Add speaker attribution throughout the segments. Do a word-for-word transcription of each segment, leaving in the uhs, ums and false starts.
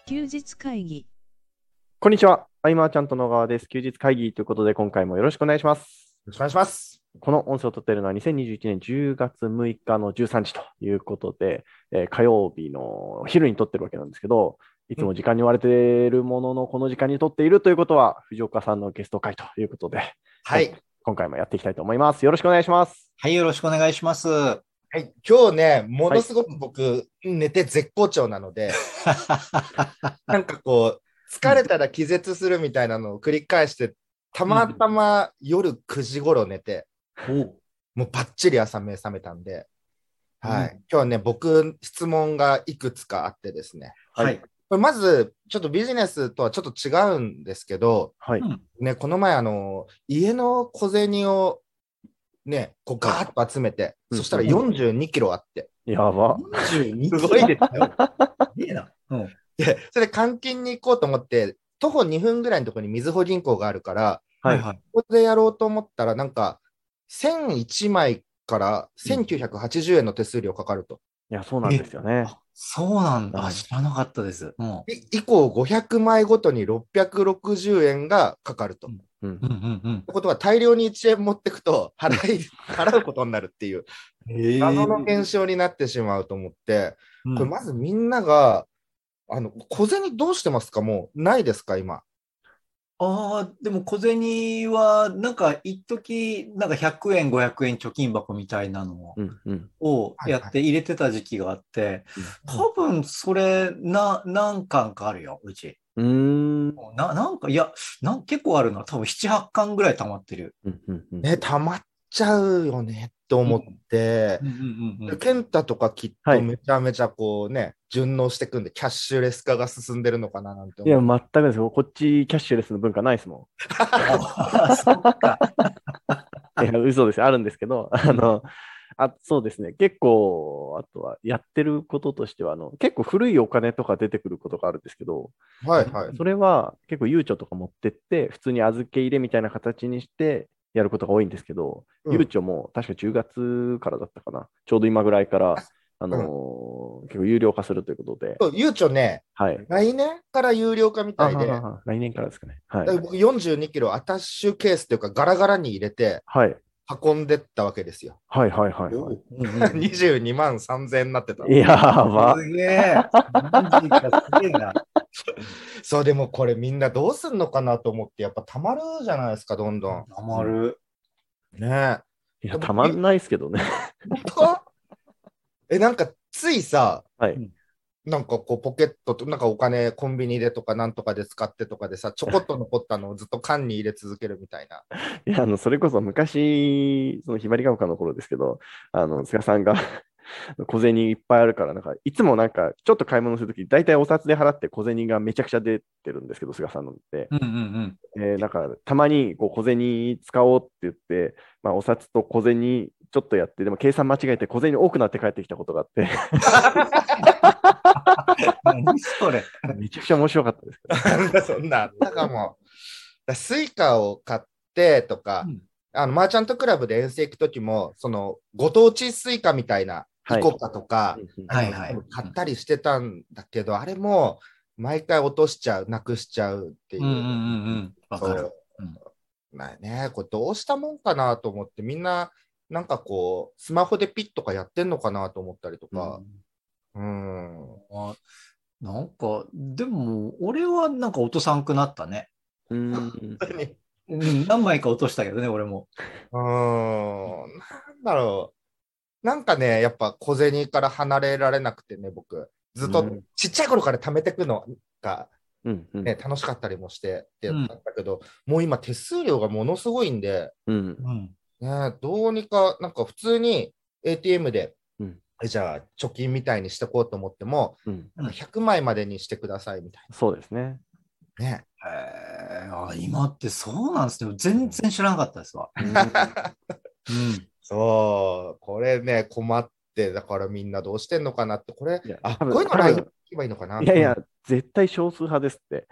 Speaker 1: 休日会議。
Speaker 2: こんにちは。アイマーちゃんと野川です。休日会議ということで、今回もよろしくお願いします。
Speaker 3: よろしくお願いします。
Speaker 2: この音声を撮っているのはにせんにじゅういちねんじゅうがつむいかのじゅうさんじということで、えー火曜日の昼に撮ってるわけなんですけど、いつも時間に追われているものの、この時間に撮っているということは、藤岡さんのゲスト会ということで、
Speaker 3: はい。
Speaker 2: 今回もやっていきたいと思います。よろしくお願いします。
Speaker 4: はい、よろしくお願いします。は
Speaker 3: はい、今日ね、ものすごく僕、寝て絶好調なので、なんかこう、疲れたら気絶するみたいなのを繰り返して、たまたま夜くじ頃寝て、
Speaker 4: お
Speaker 3: もうバッチリ朝目覚めたんで、はい。
Speaker 4: うん
Speaker 3: 今日はね、僕、質問がいくつかあってですね。
Speaker 4: はい。
Speaker 3: これまず、ちょっとビジネスとはちょっと違うんですけど、
Speaker 2: はい。
Speaker 4: うん
Speaker 3: ね、この前、あの、家の小銭をね、こうガーッと集めて、
Speaker 2: うん
Speaker 3: そしたらよんじゅうにキロあって、
Speaker 2: やば。
Speaker 4: よんじゅうに
Speaker 3: すごいですよ。
Speaker 4: いいな。うん。
Speaker 3: で、それで換金に行こうと思って、徒歩にふんぐらいのところにみずほ銀行があるから、
Speaker 2: はい。
Speaker 4: はい。
Speaker 3: ここでやろうと思ったら、なんか、せんいちまいからせんきゅうひゃくはちじゅうえんの手数料かかると。
Speaker 2: いや、そうなんですよね。
Speaker 4: あ、そうなんだ。
Speaker 2: はい
Speaker 4: 知らなかったです。うん。
Speaker 3: い以降、ごひゃくまいごとにろっぴゃくろくじゅうえんがかかると。
Speaker 2: うん
Speaker 4: うんうんうん
Speaker 3: ってことは、大量にいちえん持ってくと払い、払うことになるっていう、
Speaker 4: うん。へえ。
Speaker 3: 謎の現象になってしまうと思って、
Speaker 4: うん
Speaker 3: これまずみんなが、あの、小銭どうしてますか？もうないですか今。
Speaker 4: ああ、でも小銭は、なんか、一時なんかひゃくえん、ごひゃくえん貯金箱みたいなの
Speaker 2: うんうん。
Speaker 4: をやって入れてた時期があって、多分それ、な、何巻かあるよ、うち。
Speaker 2: うーん。
Speaker 4: な、なんか、いや、なん結構あるな。多分なな、はちかんぐらい溜まってる。
Speaker 2: うんうんうん。
Speaker 3: ね、溜まっちゃうよねって思って
Speaker 4: うん、うんうんうん。
Speaker 3: ケンタとかきっ
Speaker 2: はい
Speaker 3: とめちゃめちゃこうね、順応していくんで、キャッシュレス化が進んでるのかななんて
Speaker 2: いや、
Speaker 3: 思う。
Speaker 2: 全くですよ。こっちキャッシュレスの文化ないですも
Speaker 4: あ、そっか。
Speaker 2: ん。いや、嘘ですよ。あるんですけど、あの、あ、そうですね。結構、あとはやってることとしては、あの、結構古いお金とか出てくることがあるんですけど、
Speaker 3: はいはい。
Speaker 2: それは結構ゆうちょとか持ってって、普通に預け入れみたいな形にしてやることが多いんですけど、
Speaker 3: うん
Speaker 2: ゆうちょも確かじゅうがつからだったかな。ちょうど今ぐらいから、あのー結構有料化するということで、
Speaker 3: そうゆうちょね、
Speaker 2: はい。
Speaker 3: 来年から有料化みたいで、
Speaker 2: あははは来年からですかね。はい
Speaker 3: だから。僕よんじゅうにキロアタッシュケースというかガラガラに入れて
Speaker 2: はい。
Speaker 3: 運んでったわけですよ。
Speaker 2: はいはいはいは
Speaker 4: うんうん
Speaker 3: にじゅうにまんさんぜんえんになってた。
Speaker 2: い。やば。
Speaker 4: すげえ。マジか、すげえな。
Speaker 3: そう、でもこれみんなどうすんのかなと思って、やっぱたまるじゃないですか、どんどん。
Speaker 4: たまる。
Speaker 3: ね
Speaker 2: いや、たまんないですけどね。
Speaker 3: 本当え、なんかついさ、
Speaker 2: はい。
Speaker 3: なんかこうポケットと、なんかお金コンビニでとかなんとかで使ってとかでさ、ちょこっと残ったのをずっと缶に入れ続けるみたいな。
Speaker 2: いや、あの、それこそ昔、そのひばりが丘の頃ですけど、あの、菅さんが小銭いっぱいあるから、なんか、いつもなんか、ちょっと買い物するとき、大体お札で払って小銭がめちゃくちゃ出てるんですけど、菅さんのって。
Speaker 4: うんうん
Speaker 2: えー、だから、たまにこう小銭使おうって言って、まあ、お札と小銭ちょっとやって、でも計算間違えて小銭多くなって帰ってきたことがあって、
Speaker 4: うん。何それ。
Speaker 2: めちゃくちゃ面白かったですけど。
Speaker 3: なんだそんなあったかも。だスイカを買ってとか、
Speaker 4: うん
Speaker 3: あのマーチャントクラブで遠征行くときも、そのご当地スイカみたいな
Speaker 2: はい
Speaker 3: イコカとか、
Speaker 2: うんうん
Speaker 3: あの
Speaker 4: はいはい
Speaker 3: 買ったりしてたんだけど、あれも毎回落としちゃう、なくしちゃうっていう。
Speaker 4: うんうんうんうん。わかる。
Speaker 3: そう
Speaker 4: うん
Speaker 3: まあね、これどうしたもんかなと思って、みんな、なんかこう、スマホでピッとかやってんのかなと思ったりとか。うん。
Speaker 4: あなんか、でも、俺はなんか落とさんくなったね。
Speaker 2: うーん。
Speaker 4: うん、何枚か落としたけどね、俺も。
Speaker 3: うーん。なんだろう。なんかね、やっぱ小銭から離れられなくてね、僕。ずっと
Speaker 2: うん
Speaker 3: ちっちゃい頃から貯めてくのが、
Speaker 2: うんうん
Speaker 3: ね、楽しかったりもしてってやったけど、もう今手数料がものすごいんで、
Speaker 2: うん
Speaker 4: うん。
Speaker 3: ね、どうにか、なんか普通に エーティーエム で、
Speaker 2: うん
Speaker 3: えじゃあ貯金みたいにしてこうと思っても、
Speaker 2: うん
Speaker 3: なんかひゃくまいまでにしてくださいみたい
Speaker 2: そうですね。
Speaker 3: な。ね。
Speaker 4: へえ、あ、今ってそうなんですね。全然知らなかったですわ。
Speaker 2: うん
Speaker 4: うん。
Speaker 3: そう、これね、困って、だからみんなどうしてんのかなって、これ
Speaker 2: いや、
Speaker 3: あ、
Speaker 2: 多分
Speaker 3: こういうのラインに聞けばいいのかな。
Speaker 2: いやいや、絶対少数派ですって。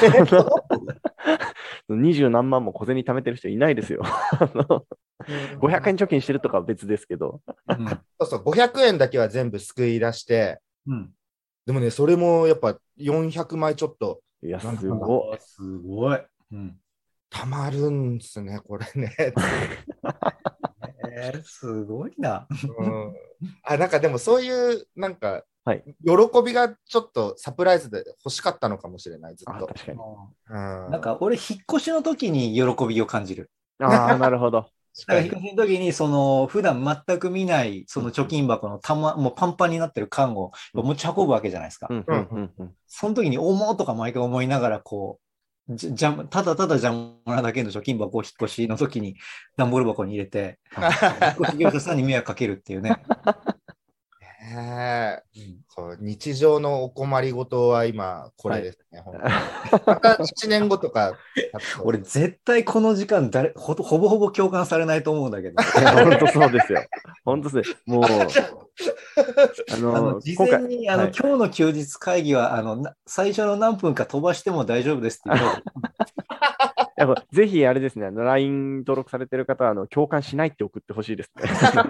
Speaker 2: 二十何万も小銭貯めてる人いないですよ。あのごひゃくえん貯金してるとかは別ですけど。
Speaker 4: うん。
Speaker 3: そうそう、ごひゃくえんだけは全部救い出して、
Speaker 4: うん。
Speaker 3: でもね、それもやっぱよんひゃくまいちょっと
Speaker 2: いや、す
Speaker 3: なんか
Speaker 2: ごい。
Speaker 4: すごい。うん。
Speaker 3: たまるんですね、これね。
Speaker 4: えー、すごいな。
Speaker 3: うん、あ、なんかでもそういうなんか
Speaker 2: はい。
Speaker 3: 喜びがちょっとサプライズで欲しかったのかもしれない、ずっ
Speaker 2: あ、
Speaker 3: と。
Speaker 2: 確かに。
Speaker 3: うん、
Speaker 4: なんか俺、引っ越しの時に喜びを感じる。
Speaker 2: ああ、なるほど。
Speaker 4: だから
Speaker 3: 確かに。
Speaker 4: 引っ越しの時に、その、普段全く見ない、その貯金箱のたま、もうパンパンになってる缶を
Speaker 2: うん
Speaker 4: 持ち運ぶわけじゃないですか。
Speaker 2: うんうん
Speaker 3: うん
Speaker 2: うんうん
Speaker 4: その時に、重とか毎回思いながら、こう、じじゃただただ邪魔なだけの貯金箱を引っ越しの時に段ボール箱に入れて、
Speaker 2: はい
Speaker 4: 引っ越し業者さんに迷惑かけるっていうね。
Speaker 3: ねえ、
Speaker 4: うん
Speaker 3: そう、日常のお困りごとは今これですね、本当に。またいちねんごとか経つと
Speaker 4: 俺、絶対この時間誰ほと、ほぼほぼ共感されないと思うんだけど。
Speaker 2: いや、本当そうですよ。本当そうです。もう、あ
Speaker 4: あ
Speaker 2: の、
Speaker 4: の事
Speaker 2: 今回、
Speaker 4: 前にあの、
Speaker 2: はい、
Speaker 4: 今日の休日会議はあのな最初の何分か飛ばしても大丈夫ですって言った方が
Speaker 2: やっぱぜひあれですね、あの ライン 登録されてる方はあの共感しないって送ってほしいですね。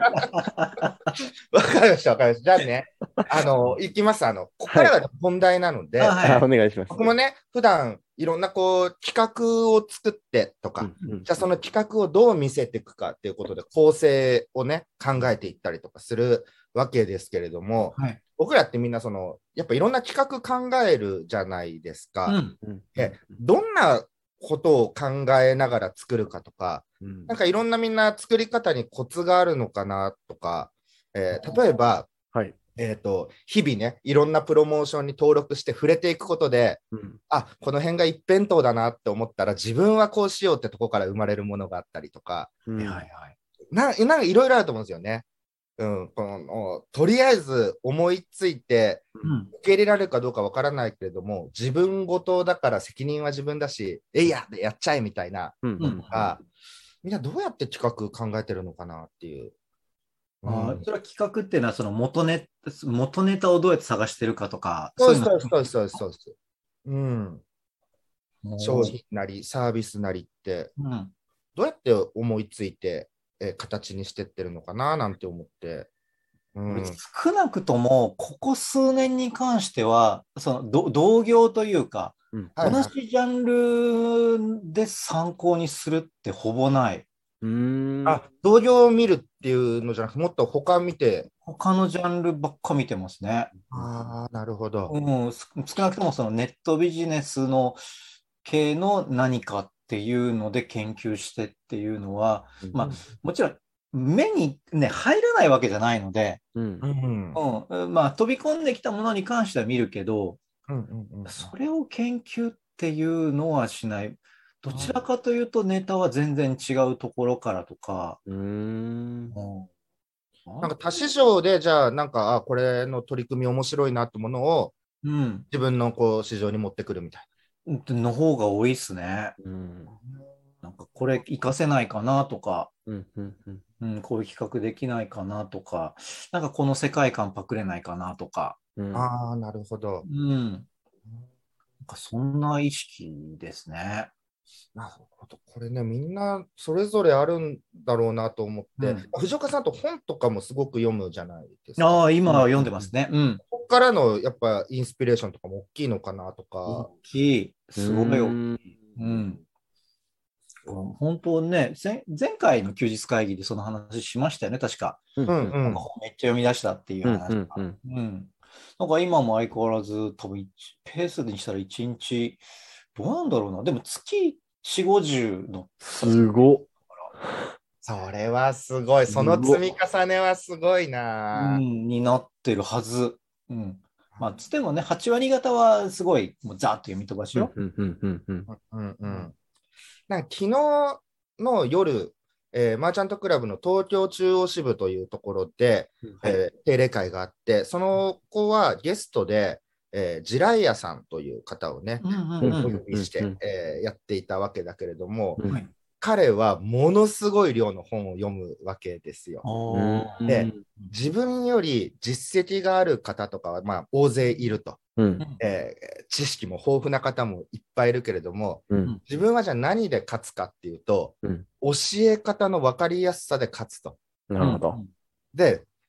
Speaker 3: わかりました、わかりました。じゃあね、あの、いきます。あの、ここからが本題なので、
Speaker 4: あはい
Speaker 2: あお願いします。
Speaker 3: 僕もね、普段いろんなこう企画を作ってとか、
Speaker 2: うんうん
Speaker 3: じゃあその企画をどう見せていくかっていうことで構成をね、考えていったりとかするわけですけれども、
Speaker 4: はい
Speaker 3: 僕らってみんなその、やっぱいろんな企画考えるじゃないですか。
Speaker 4: うん
Speaker 2: うん
Speaker 3: でどんなことを考えながら作るかとか、
Speaker 2: うん
Speaker 3: なんかいろんなみんな作り方にコツがあるのかなとか、えー例えば、
Speaker 2: はい。
Speaker 3: えーと、日々ね、いろんなプロモーションに登録して触れていくことで、
Speaker 2: うん
Speaker 3: あ、この辺が一辺倒だなって思ったら、自分はこうしようってとこから生まれるものがあったりとか、
Speaker 2: うん
Speaker 4: はいはいはい。
Speaker 3: ななんかいろいろあると思うんですよね。うん、このとりあえず思いついて
Speaker 4: うん
Speaker 3: 受け入れられるかどうかわからないけれども、自分事だから責任は自分だし、えいやでやっちゃえみたいな
Speaker 2: うん
Speaker 4: うん
Speaker 3: が、みんなどうやって企画考えてるのかなっていう。うん
Speaker 4: あーそれは企画っていうのはその元ネ、元ネタをどうやって探してるかとか、
Speaker 3: そう
Speaker 4: いうの
Speaker 3: ですそうですそうですそうです。うん、商
Speaker 4: も
Speaker 3: 品なりサービスなりって
Speaker 4: ううん
Speaker 3: どうやって思いついて、えー形にしてってるのかななんて思って。うん、
Speaker 4: 少なくともここ数年に関してはそのど同業というか、
Speaker 2: うん
Speaker 3: はいはい
Speaker 4: 同じジャンルで参考にするってほぼない。
Speaker 2: うーん
Speaker 3: あ、同業を見るっていうのじゃなくて、もっと他見て、
Speaker 4: 他のジャンルばっか見てますね。
Speaker 3: ああ、なるほど。
Speaker 4: うん、す少なくともそのネットビジネスの系の何かっていうので研究してっていうのは、まあ、もちろん目に、ね、入らないわけじゃないので、
Speaker 2: うん
Speaker 3: うんうん
Speaker 4: うん、まあ飛び込んできたものに関しては見るけど、
Speaker 3: うんうん
Speaker 4: それを研究っていうのはしない。どちらかというとネタは全然違うところからとか、
Speaker 2: うーん
Speaker 4: うん
Speaker 3: なんか多市場で、じゃあ、なんか、あ、これの取り組み面白いなってものを
Speaker 4: うん、
Speaker 3: 自分のこう市場に持ってくるみたい
Speaker 4: の方が多いですね。
Speaker 2: うん
Speaker 4: なんかこれ活かせないかなとか、
Speaker 2: うんうんうん
Speaker 4: うん、こういう企画できないかなとか、なんかこの世界観パクれないかなとか、
Speaker 2: うん
Speaker 3: な。ああ、なるほど。
Speaker 4: うん、なんかそんな意識ですね。
Speaker 3: なるほど。これね、みんなそれぞれあるんだろうなと思って、
Speaker 4: うん
Speaker 3: 藤岡さんと本とかもすごく読むじゃないですか。
Speaker 4: ああ、今は読んでますね。うん。
Speaker 3: ここからのやっぱインスピレーションとかも大きいのかなとか
Speaker 4: 大。きい。すごい大きい。
Speaker 2: うん
Speaker 4: うん。本当ね、前前回の休日会議でその話しましたよね、確か。
Speaker 2: うん
Speaker 3: うんう
Speaker 4: なん
Speaker 3: ん
Speaker 4: か本めっちゃ読み出したっていう
Speaker 2: うん
Speaker 4: 話が。
Speaker 2: うんうん
Speaker 4: うん。なんか今も相変わらず、多分ペースにしたらいちにち、どうなんだろうな。でも月よんじゅう、ごじゅうの。
Speaker 2: すごっ。
Speaker 3: それはすごい。その積み重ねはすごいうな。
Speaker 4: ん、になってるはず。うん。まあ、つってもね、はち割方はすごい、もうザーッと読み飛ばしよ。
Speaker 2: うんうんうんうん
Speaker 3: うんうんなんか昨日の夜、えーマーチャントクラブの東京中央支部というところで、
Speaker 2: はい
Speaker 3: えー定例会があって、その子はゲストで、えージライヤさんという方をね、
Speaker 4: うんうん
Speaker 3: お
Speaker 4: うん。
Speaker 3: 呼びして、
Speaker 2: うんうん
Speaker 3: えーやっていたわけだけれども、
Speaker 2: うん
Speaker 4: はい
Speaker 3: 彼はものすごい量の本を読むわけですよ。
Speaker 4: あー
Speaker 3: で自分より実績がある方とかは、まあ、大勢いると、
Speaker 2: うん
Speaker 3: えー知識も豊富な方もいっぱいいるけれども、
Speaker 2: うん
Speaker 3: 自分はじゃあ何で勝つかっていうと、
Speaker 2: うん
Speaker 3: 教え方の分かりやすさで勝つと。
Speaker 2: なるほど。
Speaker 3: で、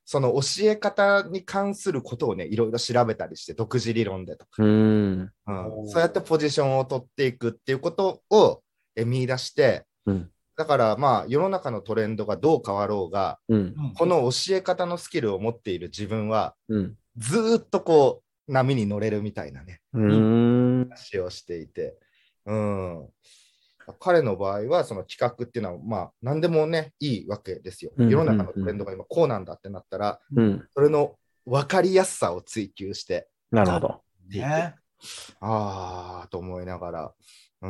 Speaker 3: その教え方に関することをね、いろいろ調べたりして、独自理論でとか、
Speaker 2: うん。
Speaker 3: うんそうやってポジションを取っていくっていうことをえ見出して、
Speaker 2: うん。
Speaker 3: だからまあ世の中のトレンドがどう変わろうが、
Speaker 2: うん。
Speaker 4: うん
Speaker 3: この教え方のスキルを持っている自分は、
Speaker 2: うん。
Speaker 3: ずーっとこう波に乗れるみたいなね、
Speaker 2: うん。
Speaker 3: 話をしていて、うん、彼の場合はその企画っていうのはまあ何でもねいいわけですよ。
Speaker 2: うん
Speaker 3: 世の中のトレンドが今こうなんだってなったら、
Speaker 2: うん。
Speaker 3: それの分かりやすさを追求して
Speaker 2: なるほど。
Speaker 4: ね。
Speaker 3: ああと思いながら、うん、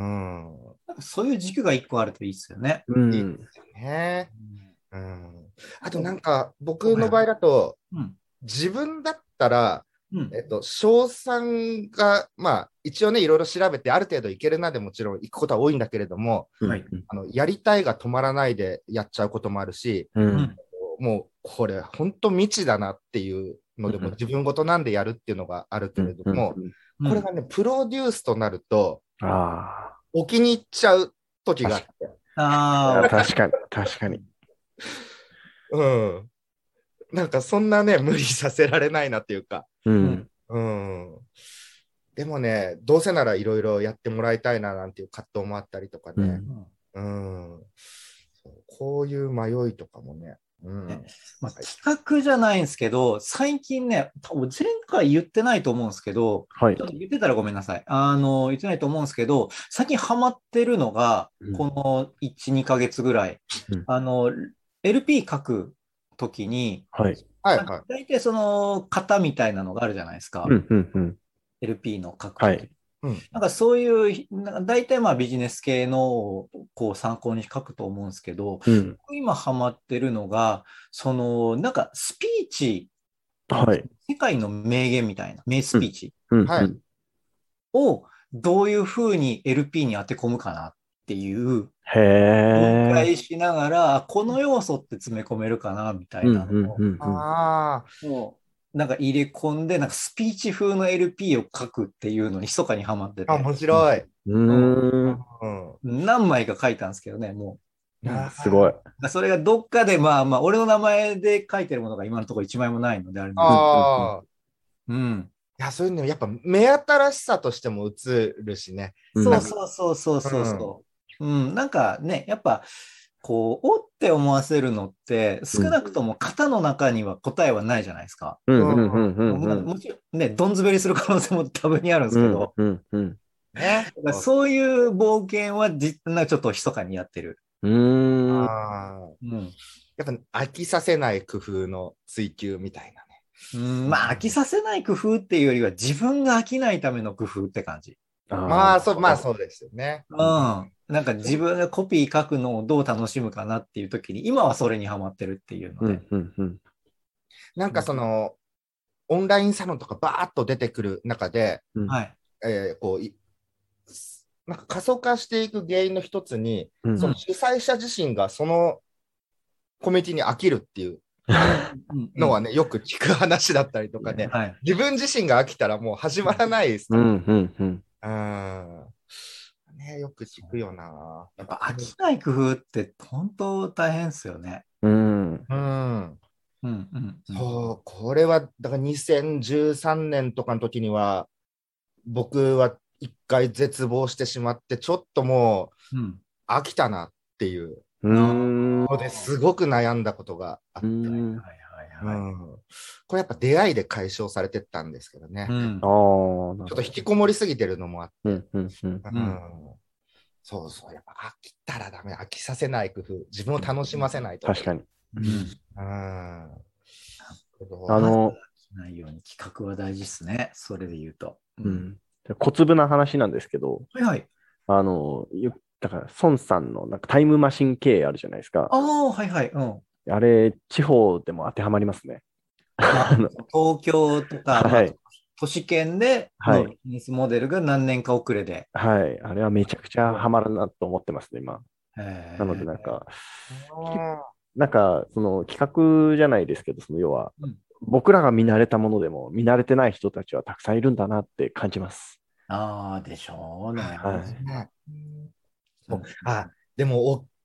Speaker 4: なんかそういう軸が一個あるといいですよね。
Speaker 2: うん。
Speaker 3: いいですよね。うん、あとなんか僕の場合だと、
Speaker 4: うん。
Speaker 3: 自分だったら、
Speaker 4: うん。
Speaker 3: えっと、賞賛が、まあ、一応ね、いろいろ調べて、ある程度いけるなでもちろん行くことは多いんだけれども、
Speaker 4: はい
Speaker 3: あのやりたいが止まらないでやっちゃうこともあるし、
Speaker 2: う。
Speaker 4: うんん。
Speaker 3: もうこれ、本当未知だなっていうのでも、
Speaker 2: うん
Speaker 3: 自分ごとなんでやるっていうのがあるけれども、
Speaker 2: うん
Speaker 3: これがね、プロデュースとなると、
Speaker 2: あ
Speaker 3: 置きに行っちゃう時があって、
Speaker 2: あ。
Speaker 4: ああ、
Speaker 2: 確かに、確かに。
Speaker 3: うん。なんかそんなね、無理させられないなっていうか、
Speaker 2: うん。
Speaker 3: うん。でもね、どうせならいろいろやってもらいたいななんていう葛藤もあったりとか
Speaker 2: う
Speaker 3: ね、
Speaker 2: ん
Speaker 3: うん。そうこういう迷いとかもね、うん。
Speaker 4: ねまあ、企画じゃないんですけど、最近ね、多分前回言ってないと思うんですけど、
Speaker 2: はい
Speaker 4: ちょっと言ってたらごめんなさい。あの、言ってないと思うんですけど、最近ハマってるのが
Speaker 2: うん、
Speaker 4: このいち、にかげつぐらい、
Speaker 2: うん
Speaker 4: あの、エルピー 書くときに、
Speaker 2: はい。
Speaker 3: はいはい。
Speaker 4: 大体その型みたいなのがあるじゃないですか。
Speaker 2: うんうんうん。
Speaker 4: エルピー の書くとき。
Speaker 2: はい。
Speaker 3: うん。
Speaker 4: なんかそういう、なんか大体まあビジネス系のをこう参考に書くと思うんですけど、
Speaker 2: うん。
Speaker 4: 今ハマってるのが、その、なんかスピーチ、
Speaker 2: はい。
Speaker 4: 世界の名言みたいな、名スピーチ
Speaker 3: はい
Speaker 2: うんうん。
Speaker 4: をどういうふうに エルピー に当て込むかなっていう
Speaker 2: へ
Speaker 4: 分
Speaker 2: え。
Speaker 4: 解しながら、この要素って詰め込めるかなみた
Speaker 2: うん
Speaker 4: いなのを、
Speaker 2: うんうんうん。
Speaker 3: ああ、
Speaker 4: もうなんか入れ込んで、なんかスピーチ風の エルピー を書くっていうのに密かにハマってて、
Speaker 3: 面白い。
Speaker 2: うーん。
Speaker 3: うん。
Speaker 4: 何枚か書いたんですけどね、もう。うん
Speaker 3: あー
Speaker 2: すごい。
Speaker 4: それがどっかで、まあまあ、俺の名前で書いてるものが今のところ一枚もないのであれなんです
Speaker 3: ああ。
Speaker 4: けど。うん。
Speaker 3: いや、そういうのやっぱ目新しさとしても映るしね。
Speaker 2: うん
Speaker 4: そうそうそうそうそうそう。うん、なんかね、やっぱ、こう、おって思わせるのって、少なくとも型の中には答えはないじゃないですか。
Speaker 2: うんうんうんうん
Speaker 4: まあ、
Speaker 2: うん。
Speaker 4: もちろんね、どん滑りする可能性も多分にあるんです
Speaker 2: うん
Speaker 4: けど、
Speaker 2: うんうん
Speaker 3: ね。
Speaker 4: だからそういう冒険はじなんかちょっと密かにやってる。
Speaker 2: うーん。
Speaker 3: ああ。
Speaker 4: うん。
Speaker 3: やっぱ飽きさせない工夫の追求みたいなね。
Speaker 4: うん、まあ、飽きさせない工夫っていうよりは、自分が飽きないための工夫って感じ。
Speaker 3: まあ、そう、まあ
Speaker 2: う。
Speaker 3: そうですよね。
Speaker 4: うん。なんか自分がコピー書くのをどう楽しむかなっていう時に、今はそれにハマってるっていうので。
Speaker 2: うんうんうん。
Speaker 3: なんかその、オンラインサロンとかバーッと出てくる中で、
Speaker 2: うん
Speaker 4: はい。
Speaker 3: えーこういなんか過疎化していく原因の一つに、
Speaker 2: うん
Speaker 3: その主催者自身がそのコミュニティに飽きるっていう
Speaker 4: うん
Speaker 3: のはね、よく聞く話だったりとかね、
Speaker 4: はい。
Speaker 3: 自分自身が飽きたらもう始まらないですから。
Speaker 2: うんうんうん。
Speaker 3: うんね、よく聞くよな。
Speaker 4: やっぱ飽きない工夫って本当大変ですよね。
Speaker 2: うん。
Speaker 3: うん。
Speaker 4: うんうんうん。
Speaker 3: そう、これは、だからにせんじゅうさんねんとかの時には、僕は一回絶望してしまって、ちょっともう
Speaker 4: うん。
Speaker 3: 飽きたなっていう
Speaker 2: うーん。
Speaker 3: のですごく悩んだことがあって、
Speaker 2: う
Speaker 3: うん
Speaker 2: ん。
Speaker 4: はいはいはい。
Speaker 3: これやっぱ出会いで解消されてったんですけどね。
Speaker 4: うん
Speaker 2: ああ、なるほど。
Speaker 3: ちょっと引きこもりすぎてるのもあって、
Speaker 2: うんうんうん。
Speaker 3: うんそうそう、やっぱ飽きたらダメ、飽きさせない工夫、自分を楽しませないと。
Speaker 2: 確かに。
Speaker 4: うん。
Speaker 3: うん。
Speaker 2: あの、
Speaker 4: ないように企画は大事ですね。それで言うと。
Speaker 2: う。ん。小粒な話なんですけど、
Speaker 4: はいはい。
Speaker 2: あの、よだから、孫さんのなんかタイムマシン経営あるじゃないですか。
Speaker 4: ああ、はいはい。うん。
Speaker 2: あれ、地方でも当てはまりますね。
Speaker 4: あ東京とか、まあ
Speaker 2: はい
Speaker 4: 都市圏で
Speaker 2: はい
Speaker 4: のビジネスモデルが何年か遅れで。
Speaker 2: はい。あれはめちゃくちゃハマるなと思ってますね、今。
Speaker 4: へー
Speaker 2: なので、なんか、
Speaker 3: あ
Speaker 2: なんか、その企画じゃないですけど、その要は、
Speaker 4: うん
Speaker 2: 僕らが見慣れたものでも、見慣れてない人たちはたくさんいるんだなって感じます。
Speaker 4: ああ、でしょうね。
Speaker 2: はい
Speaker 3: ね
Speaker 4: うん
Speaker 3: あでも、大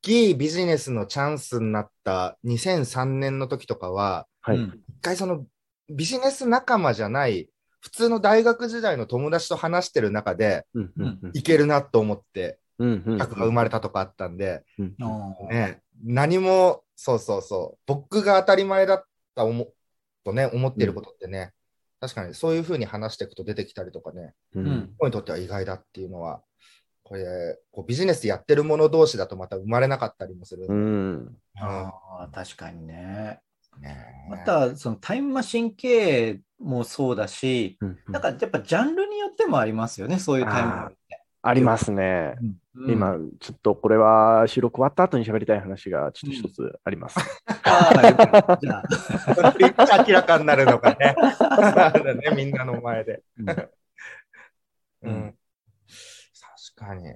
Speaker 3: きいビジネスのチャンスになったにせんさんねんの時とかは、
Speaker 2: はい。
Speaker 4: うん
Speaker 3: 一回そのビジネス仲間じゃない普通の大学時代の友達と話してる中で
Speaker 2: うんうんうん
Speaker 3: いけるなと思って
Speaker 2: うんうん
Speaker 3: 客が生まれたとかあったんで、
Speaker 2: うんうん
Speaker 4: あー
Speaker 3: ね、何もそうそうそう僕が当たり前だった思とね思っていることってね、確かにそういうふうに話していくと出てきたりとかね、
Speaker 2: うん
Speaker 4: うん
Speaker 3: 僕にとっては意外だっていうのはこれこうビジネスやってる者同士だとまた生まれなかったりもするんで、
Speaker 2: うん
Speaker 3: うん
Speaker 4: あー、確かにね。
Speaker 3: ね
Speaker 4: また、そのタイムマシン経営もそうだし、
Speaker 2: うんうん
Speaker 4: なんかやっぱジャンルによってもありますよね、そういうタイムマシンって。
Speaker 2: ありますね。
Speaker 4: うん
Speaker 2: 今、ちょっとこれは収録終わった後に喋りたい話がちょっと一つあります。
Speaker 4: ああ、よかったじゃあ。
Speaker 3: いつ明らかになるのかね。ねみんなの前で。
Speaker 2: うん
Speaker 3: う
Speaker 4: うん
Speaker 3: ん、確かに。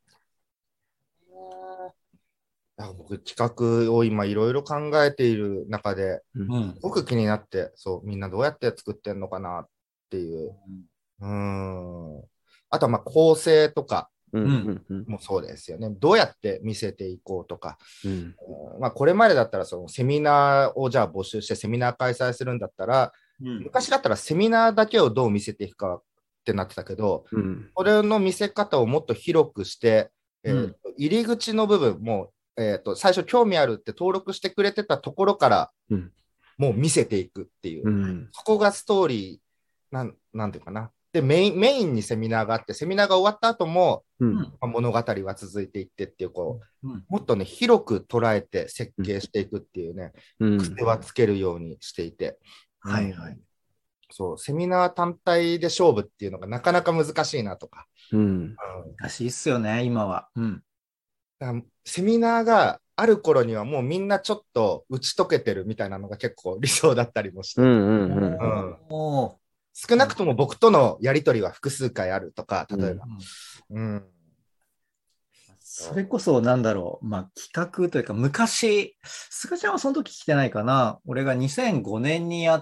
Speaker 3: あ僕、企画を今いろいろ考えている中で、
Speaker 2: うん
Speaker 4: うん
Speaker 3: すごく気になって、そう、みんなどうやって作ってんのかなっていう。うーん。あとは、まあ、構成とか
Speaker 2: うんうんうん
Speaker 3: もそうですよね。どうやって見せていこうとか。
Speaker 2: うん
Speaker 3: うんまあ、これまでだったら、そのセミナーをじゃあ募集してセミナー開催するんだったら、
Speaker 4: うん
Speaker 3: 昔だったらセミナーだけをどう見せていくかってなってたけど、
Speaker 2: うん
Speaker 3: これの見せ方をもっと広くして、えー
Speaker 4: うん
Speaker 3: 入り口の部分も、えーと、最初興味あるって登録してくれてたところから、
Speaker 2: うん
Speaker 3: もう見せていくっていう、
Speaker 2: うん
Speaker 3: そこがストーリーなん、なんていうかな。でメイン、メインにセミナーがあって、セミナーが終わった後も、
Speaker 2: うん
Speaker 3: まあ物語は続いていってっていう、こう、
Speaker 4: うん
Speaker 3: もっとね、広く捉えて設計していくっていうね、
Speaker 2: うん
Speaker 3: 癖はつけるようにしていて。
Speaker 4: はいはい。
Speaker 3: そう、セミナー単体で勝負っていうのがなかなか難しいなとか。
Speaker 2: うん
Speaker 3: うん
Speaker 4: 難しいっすよね、今は。うん。
Speaker 3: だからセミナーがある頃にはもうみんなちょっと打ち解けてるみたいなのが結構理想だったりもして、
Speaker 2: うんうんうん
Speaker 3: うん
Speaker 4: おー
Speaker 3: 少なくとも僕とのやり取りは複数回あるとか、例えば。
Speaker 4: うん
Speaker 3: うん。
Speaker 4: それこそ、なんだろう、まあ、企画というか、昔、菅ちゃんはその時来てないかな。俺がにせんごねんにやった、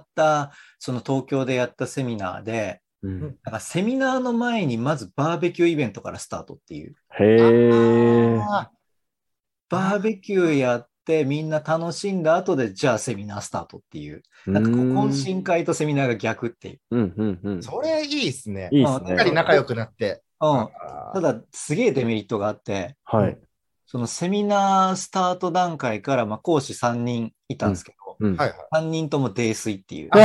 Speaker 4: その東京でやったセミナーで、
Speaker 2: うん
Speaker 4: なんかセミナーの前にまずバーベキューイベントからスタートっていう。
Speaker 2: へえ。
Speaker 3: あ
Speaker 4: バーベキューやってみんな楽しんだ後で、じゃあセミナースタートっていう。なんかこう懇親会とセミナーが逆っていう。
Speaker 2: うんうんうん
Speaker 3: ーそれいいっすね。
Speaker 2: いいっす
Speaker 3: しっかり
Speaker 2: ね。
Speaker 3: 仲良くなって。
Speaker 4: うん。
Speaker 3: あ
Speaker 4: ただ、すげえデメリットがあって、
Speaker 2: はい。
Speaker 4: そのセミナースタート段階から、まあ、講師さんにんいたんですけど、
Speaker 2: うん
Speaker 3: ーはいはい。
Speaker 4: さんにんとも泥酔っていう。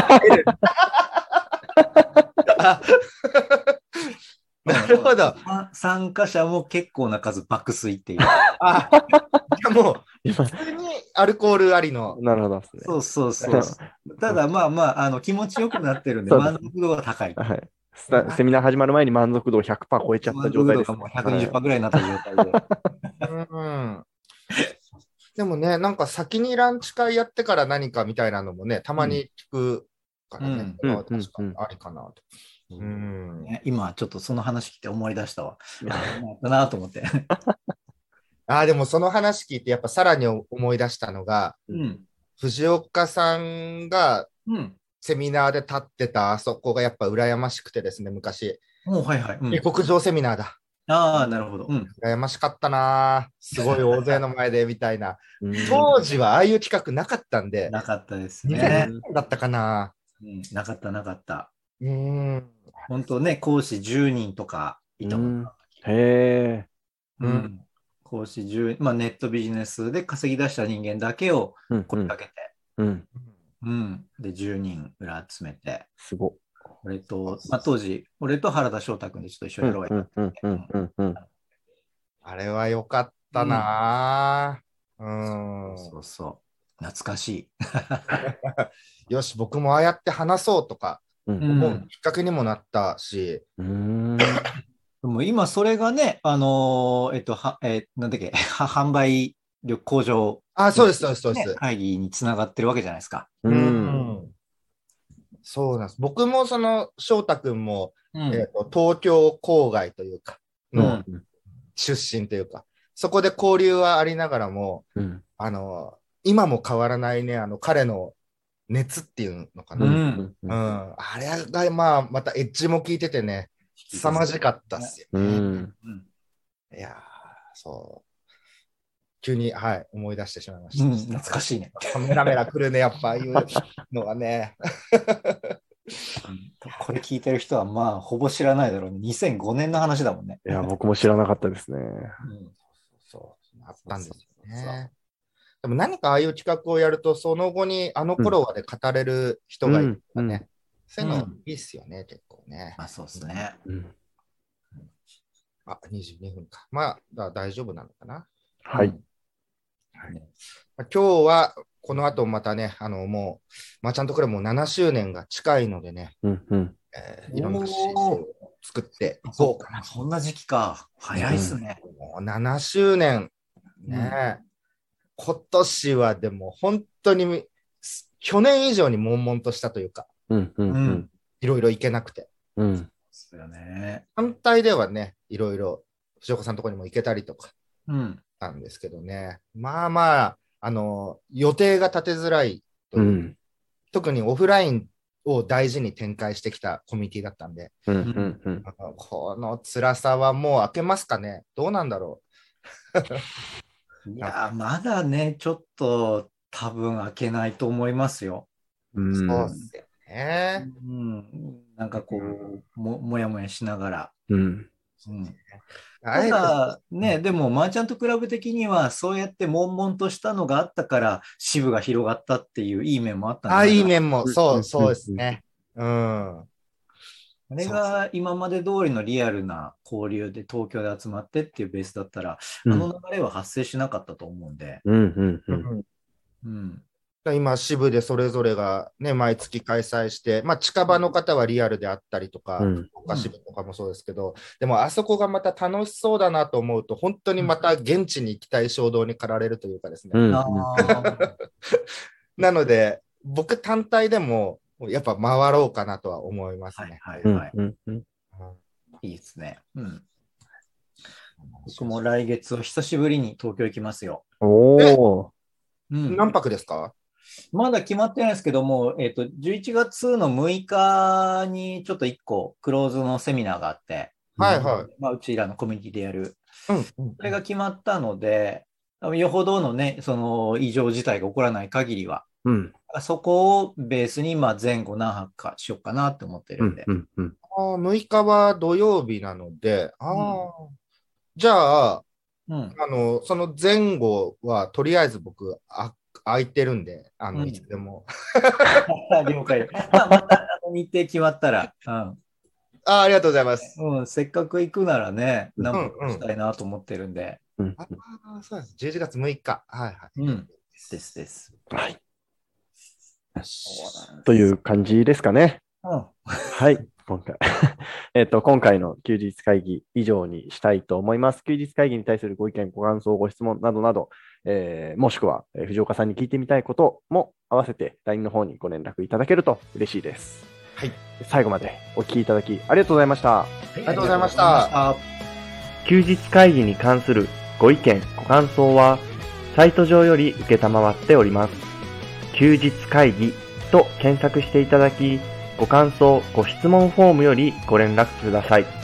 Speaker 3: あなるほど。
Speaker 4: あ参加者も結構な数爆睡っていう。
Speaker 3: あ、じゃあもう、
Speaker 2: 今
Speaker 3: 普通にアルコールありの。
Speaker 2: なるほどですね。
Speaker 4: そうそうそう。ただまあまあ、あの気持ちよくなってるんで、
Speaker 2: そうです
Speaker 4: 満足度は高い。
Speaker 2: はい。スタセミナー始まる前に満足度ひゃくパーセント超えちゃった状態です。
Speaker 4: 満足度がもうひゃくにじゅっパーセントぐらいになった状態で。
Speaker 3: うん。でもね、なんか先にランチ会やってから何かみたいなのもね、たまに聞くからね、
Speaker 2: うん
Speaker 3: これは確かにありかなと。うん。
Speaker 4: ね今ちょっとその話聞いて思い出したわ。だなと思って。
Speaker 3: ああ、でもその話聞いて、やっぱさらに思い出したのが、
Speaker 4: うん。
Speaker 3: 藤岡さんが
Speaker 4: うん。
Speaker 3: セミナーで立ってたあそこがやっぱ羨ましくてですね、昔。
Speaker 4: もうはいはい。うん
Speaker 3: 下克上セミナーだ。
Speaker 4: ああ、なるほど。うん。
Speaker 3: 羨ましかったな。すごい大勢の前でみたいな。
Speaker 2: うん
Speaker 3: 当時はああいう企画なかったんで、
Speaker 4: なかったです
Speaker 3: にせん
Speaker 4: ね。
Speaker 3: ねんだったかな。
Speaker 4: うん、なかったなかった。
Speaker 3: うーん。
Speaker 4: 本当ね、講師じゅうにんとかいたもんな。
Speaker 2: へえ。
Speaker 4: う
Speaker 3: うんん。
Speaker 4: 講師じゅう、まあネットビジネスで稼ぎ出した人間だけを
Speaker 2: うん
Speaker 4: 声かけて、
Speaker 2: うん。
Speaker 4: うん。で、じゅうにん裏集めて、
Speaker 2: すご。
Speaker 4: 俺と、まあ当時、俺と原田翔太君でちょっと一緒にやろうや。
Speaker 2: うんうんうんうん
Speaker 3: あれは良かったな。うん。
Speaker 4: そうそう。懐かしい。
Speaker 3: よし、僕もああやって話そうとか
Speaker 2: うん
Speaker 4: うん
Speaker 3: 思うきっかけにもなったし、
Speaker 2: うん。
Speaker 4: でも今それがね、あのーえっと、は、えーなんだっけ、は販売力向上、
Speaker 3: あ、そうです、そうです、そうです。
Speaker 4: ね会議につながってるわけじゃないですか。
Speaker 2: う。
Speaker 3: うんそうなんです。僕もその翔太君も、
Speaker 4: うん
Speaker 3: えーと東京郊外というかの
Speaker 2: うん
Speaker 3: 出身というか、そこで交流はありながらも、
Speaker 2: うん
Speaker 3: あの今も変わらないね、あの彼の熱っていうのかな。
Speaker 4: う
Speaker 3: うんんあれがまあまたエッジも効いててね、凄まじかったっすよね。
Speaker 2: うん。
Speaker 4: うん
Speaker 3: いやー、そ急に、はい、思い出してしまいまし
Speaker 4: うん、
Speaker 3: た。
Speaker 4: 懐かしいね。
Speaker 3: メラメラ来るね、やっぱ、ああいうのがね。
Speaker 4: これ聞いてる人はまあほぼ知らないだろうね。にせんごねんの話だもんね。
Speaker 2: いや、僕も知らなかったですね。
Speaker 4: うん、
Speaker 3: そう、あったんですよね。でも何かああいう企画をやると、その後にあの頃はで語れる人がいるからね。
Speaker 2: うんうん
Speaker 3: そういうのいいっすよね、結構ね。
Speaker 4: まあそうですね。
Speaker 2: うん
Speaker 3: あ、にじゅうにふんか。まあ、だ大丈夫なのかな。
Speaker 2: はい。
Speaker 4: うん
Speaker 3: まあ今日は、この後またね、あの、もう、マーチャントクラブもななしゅうねんが近いのでね、
Speaker 2: うんうん
Speaker 3: えーいろんなシーズンを作っていこ
Speaker 4: そうう
Speaker 3: かな
Speaker 4: か。そんな時期か。早いっすね。
Speaker 3: もうななしゅうねん、ね、今年はでも本当に、去年以上に悶々としたというか、
Speaker 2: うんうんうん
Speaker 3: いろいろいけなくて。
Speaker 2: うん
Speaker 4: そうだよね。
Speaker 3: 反対ではね、いろいろ藤岡さんのところにも行けたりとか
Speaker 4: うん。
Speaker 3: なんですけどね。まあまあ、あの、予定が立てづらいという、
Speaker 2: うん
Speaker 3: 特にオフラインを大事に展開してきたコミュニティだったんで、
Speaker 2: うんうんうん
Speaker 3: あのこの辛さはもう明けますかね。どうなんだろ
Speaker 4: いやー、まだね、ちょっと多分開けないと思いますよ。
Speaker 3: う。
Speaker 2: うん
Speaker 3: そうっすよね。
Speaker 4: うん。なんかこう、も、もやもやしながら。
Speaker 2: うん
Speaker 4: うん。た
Speaker 3: あえて
Speaker 4: だね、でもマーチャントクラブ的にはそうやって悶々としたのがあったから支部が広がったっていういい面もあったんじゃ
Speaker 3: あ、
Speaker 4: ないかな。
Speaker 3: いい面も、そうう、
Speaker 2: ん
Speaker 3: そうですね。うん。
Speaker 4: あれが今まで通りのリアルな交流で東京で集まってっていうベースだったら、
Speaker 2: うん
Speaker 4: あの流れは発生しなかったと思うんで。
Speaker 2: うんうんうん
Speaker 4: うん。
Speaker 3: 今、支部でそれぞれがね、毎月開催して、まあ、近場の方はリアルであったりとか、
Speaker 2: うん
Speaker 3: 他支部とかもそうですけど、でもあそこがまた楽しそうだなと思うと、本当にまた現地に行きたい衝動に駆られるというかですね。
Speaker 2: うん
Speaker 4: ああ、
Speaker 3: なので、僕単体でも、やっぱ回ろうかなとは思います
Speaker 4: はい
Speaker 3: ね。
Speaker 2: うん
Speaker 4: はいはい。
Speaker 2: うんうん
Speaker 4: いいですね。うん。僕も来月は久しぶりに東京行きますよ。
Speaker 2: おー
Speaker 4: うん。
Speaker 3: 何泊ですか？
Speaker 4: まだ決まってないですけども、えっと、じゅういちがつのむいかにちょっといっこクローズのセミナーがあって、
Speaker 3: はいはい。
Speaker 4: まあ、うちらのコミュニティでやる。
Speaker 3: うんうん
Speaker 4: それが決まったので、よほどのね、その異常事態が起こらない限りは、
Speaker 2: うん
Speaker 4: そこをベースにまあ前後何泊かしようかなって思って
Speaker 2: うん
Speaker 4: るんで。
Speaker 2: うんうん
Speaker 3: あーむいかは土曜日なので、あーじゃあ、
Speaker 4: うん。
Speaker 3: あの、その前後は、とりあえず僕、あ空いてるんで、あの、
Speaker 4: うん
Speaker 3: いつでも。
Speaker 4: 了解。まあ、またあの日程決まったら、うん
Speaker 3: あありがとうございます。
Speaker 4: うん、せっかく行くならね、
Speaker 2: うん
Speaker 4: 何泊かしたいなと思ってるんで。
Speaker 2: うん
Speaker 3: ああ、そうです。じゅういちがつむいか。はいはい。
Speaker 4: うん。ですです。
Speaker 2: はい。
Speaker 4: そうなんです
Speaker 2: という感じですかね。
Speaker 4: うん。
Speaker 2: はい。今回、えっと、今回の休日会議以上にしたいと思います。休日会議に対するご意見、ご感想、ご質問などなど、えーもしくは、えー藤岡さんに聞いてみたいことも合わせて ライン の方にご連絡いただけると嬉しいです。
Speaker 3: はい。
Speaker 2: 最後までお聞きいただきありがとうございました。
Speaker 4: あり
Speaker 3: がとうございました
Speaker 2: 休日会議に関するご意見、ご感想は、サイト上より受けたまわっております。休日会議と検索していただき、ご感想、ご質問フォームよりご連絡ください。